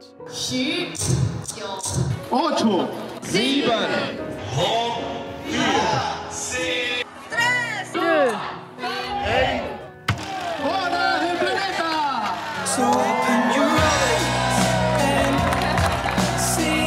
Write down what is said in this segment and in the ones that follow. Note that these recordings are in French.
10, 9, 7, 6, 3, 2, 1. Hora del planeta! So open your eyes and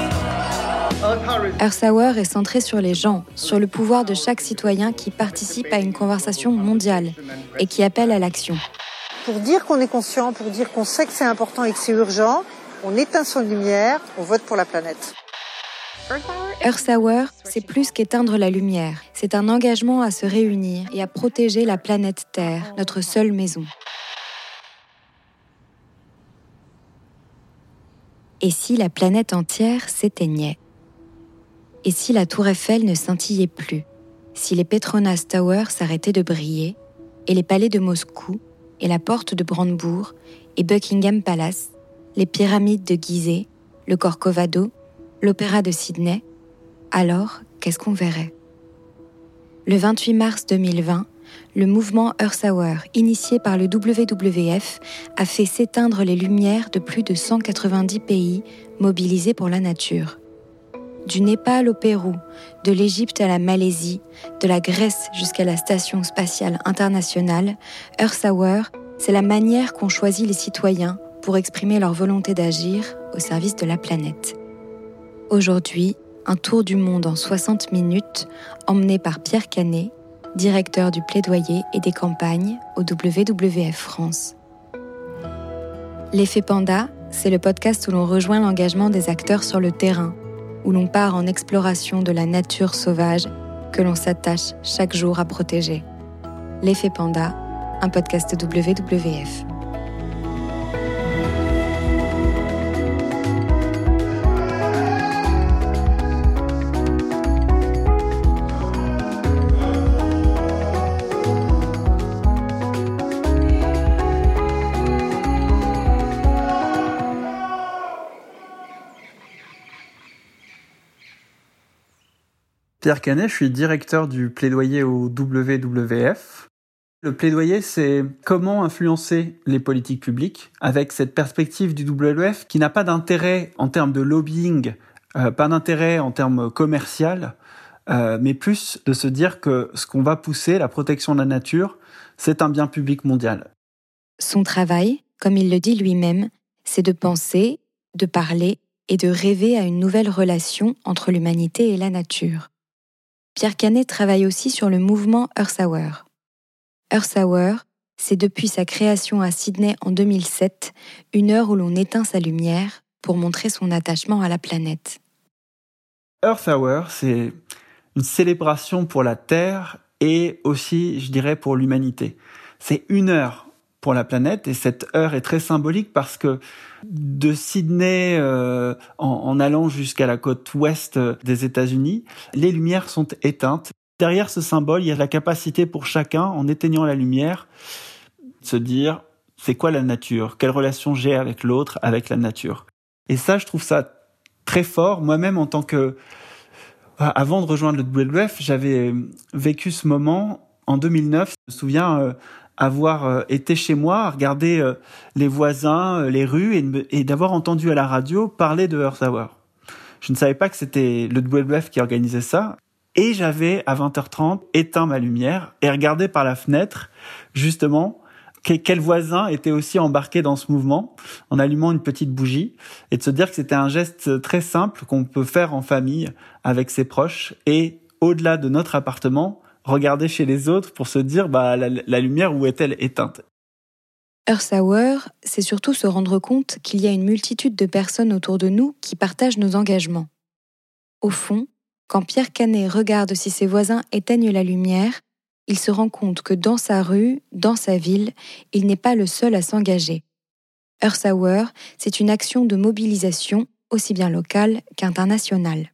see. Earth Hour est centré sur les gens, sur le pouvoir de chaque citoyen qui participe à une conversation mondiale et qui appelle à l'action. Pour dire qu'on est conscient, pour dire qu'on sait que c'est important et que c'est urgent, on éteint son lumière, on vote pour la planète. Earth Hour, c'est plus qu'éteindre la lumière. C'est un engagement à se réunir et à protéger la planète Terre, notre seule maison. Et si la planète entière s'éteignait ? Et si la tour Eiffel ne scintillait plus ? Si les Petronas Towers s'arrêtaient de briller, et les palais de Moscou, et la porte de Brandebourg, et Buckingham Palace, les pyramides de Gizeh, le Corcovado, l'Opéra de Sydney, alors qu'est-ce qu'on verrait ? Le 28 mars 2020, le mouvement Earth Hour, initié par le WWF, a fait s'éteindre les lumières de plus de 190 pays mobilisés pour la nature. Du Népal au Pérou, de l'Égypte à la Malaisie, de la Grèce jusqu'à la Station spatiale internationale, Earth Hour, c'est la manière qu'ont choisi les citoyens pour exprimer leur volonté d'agir au service de la planète. Aujourd'hui, un tour du monde en 60 minutes, emmené par Pierre Canet, directeur du plaidoyer et des campagnes au WWF France. L'effet Panda, c'est le podcast où l'on rejoint l'engagement des acteurs sur le terrain, où l'on part en exploration de la nature sauvage que l'on s'attache chaque jour à protéger. L'effet Panda, un podcast WWF. Pierre Canet, je suis directeur du plaidoyer au WWF. Le plaidoyer, c'est comment influencer les politiques publiques avec cette perspective du WWF qui n'a pas d'intérêt en termes de lobbying, pas d'intérêt en termes commercial, mais plus de se dire que ce qu'on va pousser, la protection de la nature, c'est un bien public mondial. Son travail, comme il le dit lui-même, c'est de penser, de parler et de rêver à une nouvelle relation entre l'humanité et la nature. Pierre Canet travaille aussi sur le mouvement Earth Hour. Earth Hour, c'est depuis sa création à Sydney en 2007, une heure où l'on éteint sa lumière pour montrer son attachement à la planète. Earth Hour, c'est une célébration pour la Terre et aussi, je dirais, pour l'humanité. C'est une heure pour la planète et cette heure est très symbolique parce que de Sydney en allant jusqu'à la côte ouest des États-Unis, les lumières sont éteintes. Derrière ce symbole, il y a la capacité pour chacun, en éteignant la lumière, de se dire c'est quoi la nature ? Quelle relation j'ai avec l'autre, avec la nature ? Et ça, je trouve ça très fort. Moi-même, en tant que... Avant de rejoindre le WWF, j'avais vécu ce moment en 2009. Je me souviens avoir été chez moi, à regarder les voisins, les rues, et d'avoir entendu à la radio parler de Earth Hour. Je ne savais pas que c'était le WWF qui organisait ça. Et j'avais, à 20h30, éteint ma lumière et regardé par la fenêtre, justement, quel voisin était aussi embarqué dans ce mouvement, en allumant une petite bougie, et de se dire que c'était un geste très simple qu'on peut faire en famille, avec ses proches, et au-delà de notre appartement, regarder chez les autres pour se dire la lumière, où est-elle éteinte ? Earth Hour, c'est surtout se rendre compte qu'il y a une multitude de personnes autour de nous qui partagent nos engagements. Au fond, quand Pierre Canet regarde si ses voisins éteignent la lumière, il se rend compte que dans sa rue, dans sa ville, il n'est pas le seul à s'engager. Earth Hour, c'est une action de mobilisation aussi bien locale qu'internationale.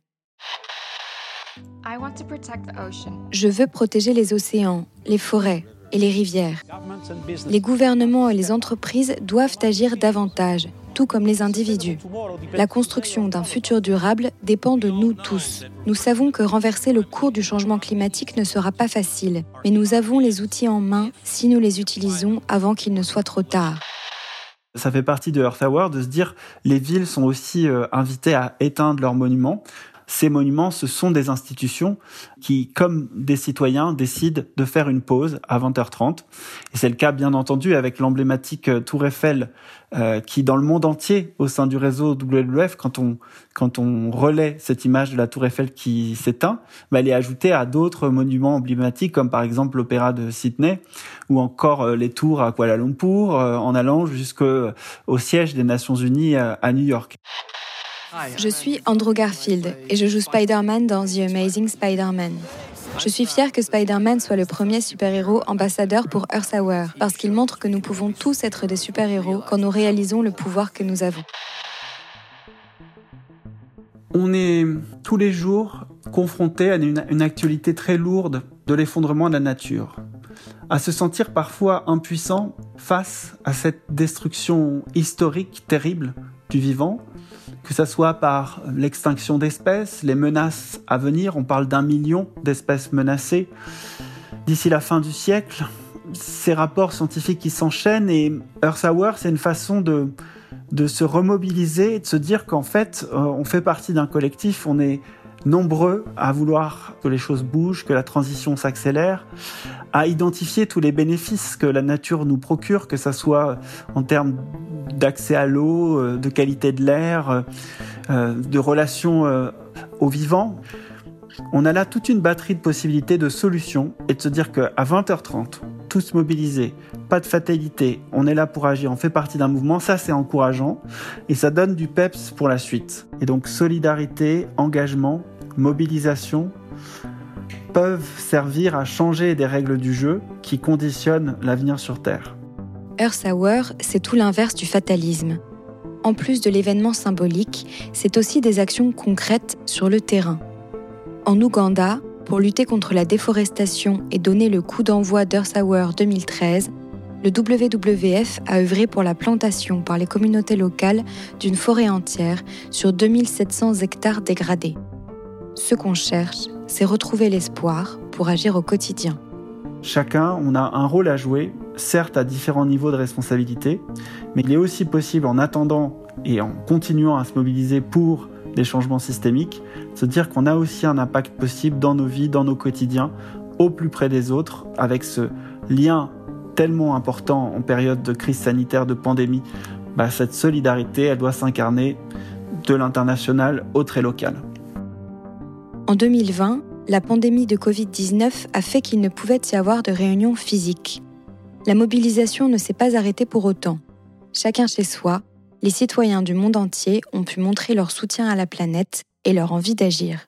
Je veux protéger les océans, les forêts et les rivières. Les gouvernements et les entreprises doivent agir davantage, tout comme les individus. La construction d'un futur durable dépend de nous tous. Nous savons que renverser le cours du changement climatique ne sera pas facile, mais nous avons les outils en main si nous les utilisons avant qu'il ne soit trop tard. Ça fait partie de Earth Hour de se dire les villes sont aussi invitées à éteindre leurs monuments. Ces monuments, ce sont des institutions qui, comme des citoyens, décident de faire une pause à 20h30. Et c'est le cas, bien entendu, avec l'emblématique Tour Eiffel, qui, dans le monde entier, au sein du réseau WWF, quand on relaie cette image de la Tour Eiffel qui s'éteint, elle est ajoutée à d'autres monuments emblématiques, comme par exemple l'Opéra de Sydney, ou encore les tours à Kuala Lumpur, en allant jusqu'au siège des Nations Unies à New York. Je suis Andrew Garfield et je joue Spider-Man dans The Amazing Spider-Man. Je suis fière que Spider-Man soit le premier super-héros ambassadeur pour Earth Hour, parce qu'il montre que nous pouvons tous être des super-héros quand nous réalisons le pouvoir que nous avons. On est tous les jours confrontés à une actualité très lourde de l'effondrement de la nature, à se sentir parfois impuissant face à cette destruction historique terrible du vivant, que ça soit par l'extinction d'espèces, les menaces à venir, on parle d'1 million d'espèces menacées d'ici la fin du siècle, ces rapports scientifiques qui s'enchaînent, et Earth Hour, c'est une façon de se remobiliser et de se dire qu'en fait, on fait partie d'un collectif, on est nombreux à vouloir que les choses bougent, que la transition s'accélère, à identifier tous les bénéfices que la nature nous procure, que ça soit en termes d'accès à l'eau, de qualité de l'air, de relations au vivant. On a là toute une batterie de possibilités, de solutions, et de se dire qu'à 20h30, tous mobilisés, pas de fatalité, on est là pour agir, on fait partie d'un mouvement, ça c'est encourageant, et ça donne du peps pour la suite. Et donc solidarité, engagement, mobilisation peuvent servir à changer des règles du jeu qui conditionnent l'avenir sur Terre. Earth Hour, c'est tout l'inverse du fatalisme. En plus de l'événement symbolique, c'est aussi des actions concrètes sur le terrain. En Ouganda, pour lutter contre la déforestation et donner le coup d'envoi d'Earth Hour 2013, le WWF a œuvré pour la plantation par les communautés locales d'une forêt entière sur 2700 hectares dégradés. Ce qu'on cherche, c'est retrouver l'espoir pour agir au quotidien. Chacun, on a un rôle à jouer, certes à différents niveaux de responsabilité, mais il est aussi possible, en attendant et en continuant à se mobiliser pour des changements systémiques, de se dire qu'on a aussi un impact possible dans nos vies, dans nos quotidiens, au plus près des autres, avec ce lien tellement important en période de crise sanitaire, de pandémie. Cette solidarité, elle doit s'incarner de l'international au très local. En 2020, la pandémie de Covid-19 a fait qu'il ne pouvait y avoir de réunions physiques. La mobilisation ne s'est pas arrêtée pour autant. Chacun chez soi, les citoyens du monde entier ont pu montrer leur soutien à la planète et leur envie d'agir.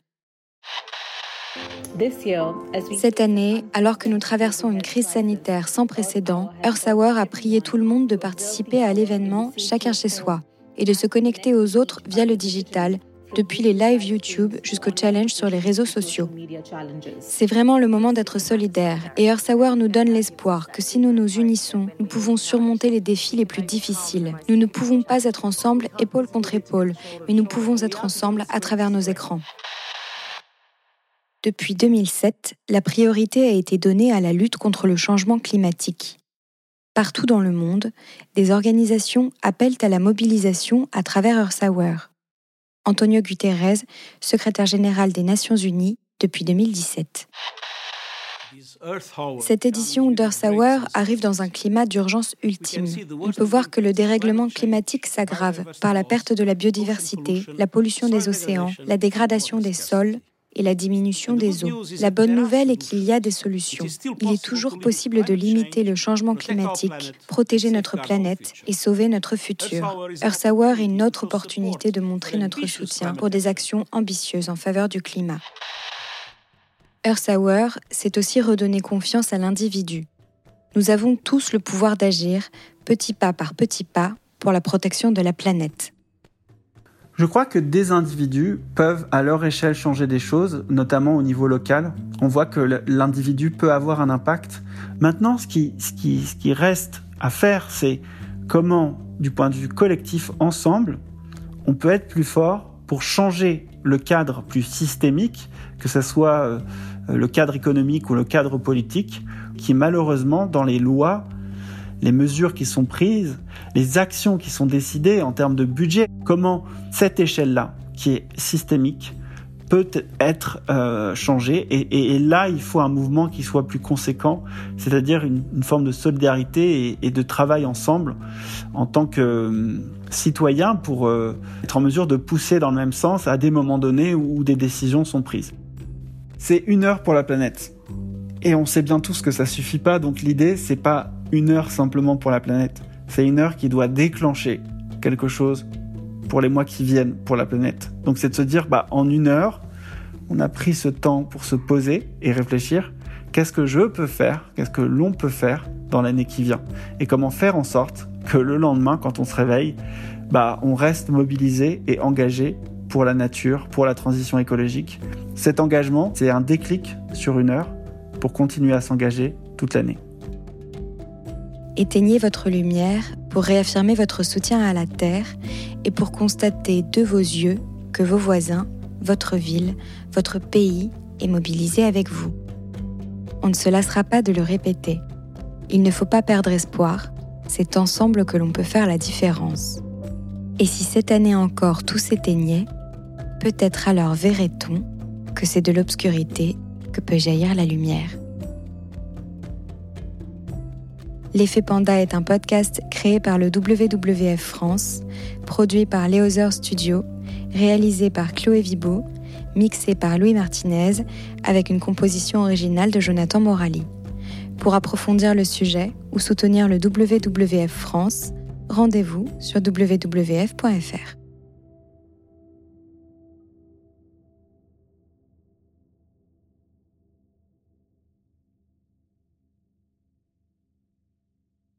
Cette année, alors que nous traversons une crise sanitaire sans précédent, Earth Hour a prié tout le monde de participer à l'événement Chacun chez soi et de se connecter aux autres via le digital, depuis les lives YouTube jusqu'au challenge sur les réseaux sociaux. C'est vraiment le moment d'être solidaires et Earth Hour nous donne l'espoir que si nous nous unissons, nous pouvons surmonter les défis les plus difficiles. Nous ne pouvons pas être ensemble épaule contre épaule, mais nous pouvons être ensemble à travers nos écrans. Depuis 2007, la priorité a été donnée à la lutte contre le changement climatique. Partout dans le monde, des organisations appellent à la mobilisation à travers Earth Hour. Antonio Guterres, secrétaire général des Nations Unies depuis 2017. Cette édition d'Earth Hour arrive dans un climat d'urgence ultime. On peut voir que le dérèglement climatique s'aggrave par la perte de la biodiversité, la pollution des océans, la dégradation des sols et la diminution des eaux. La bonne nouvelle est qu'il y a des solutions. Il est toujours possible de limiter le changement climatique, protéger notre planète et sauver notre futur. Earth Hour est une autre opportunité de montrer notre soutien pour des actions ambitieuses en faveur du climat. Earth Hour, c'est aussi redonner confiance à l'individu. Nous avons tous le pouvoir d'agir, petit pas par petit pas, pour la protection de la planète. Je crois que des individus peuvent à leur échelle changer des choses, notamment au niveau local. On voit que l'individu peut avoir un impact. Maintenant, ce qui reste à faire, c'est comment, du point de vue collectif, ensemble, on peut être plus fort pour changer le cadre plus systémique, que ce soit le cadre économique ou le cadre politique, qui malheureusement, dans les lois, les mesures qui sont prises, les actions qui sont décidées en termes de budget, comment cette échelle-là, qui est systémique, peut être changée. Et là, il faut un mouvement qui soit plus conséquent, c'est-à-dire une forme de solidarité et de travail ensemble en tant que citoyen pour être en mesure de pousser dans le même sens à des moments donnés où des décisions sont prises. C'est 1 heure pour la planète. Et on sait bien tous que ça suffit pas, donc l'idée, c'est pas 1 heure simplement pour la planète. C'est 1 heure qui doit déclencher quelque chose pour les mois qui viennent pour la planète. Donc c'est de se dire, en 1 heure, on a pris ce temps pour se poser et réfléchir, qu'est-ce que je peux faire, qu'est-ce que l'on peut faire dans l'année qui vient, et comment faire en sorte que le lendemain, quand on se réveille, on reste mobilisé et engagé pour la nature, pour la transition écologique. Cet engagement, c'est un déclic sur 1 heure pour continuer à s'engager toute l'année. Éteignez votre lumière pour réaffirmer votre soutien à la Terre et pour constater de vos yeux que vos voisins, votre ville, votre pays est mobilisé avec vous. On ne se lassera pas de le répéter. Il ne faut pas perdre espoir, c'est ensemble que l'on peut faire la différence. Et si cette année encore tout s'éteignait, peut-être alors verrait-on que c'est de l'obscurité que peut jaillir la lumière. L'Effet Panda est un podcast créé par le WWF France, produit par Léozer Studio, réalisé par Chloé Vibo, mixé par Louis Martinez, avec une composition originale de Jonathan Morali. Pour approfondir le sujet ou soutenir le WWF France, rendez-vous sur wwf.fr.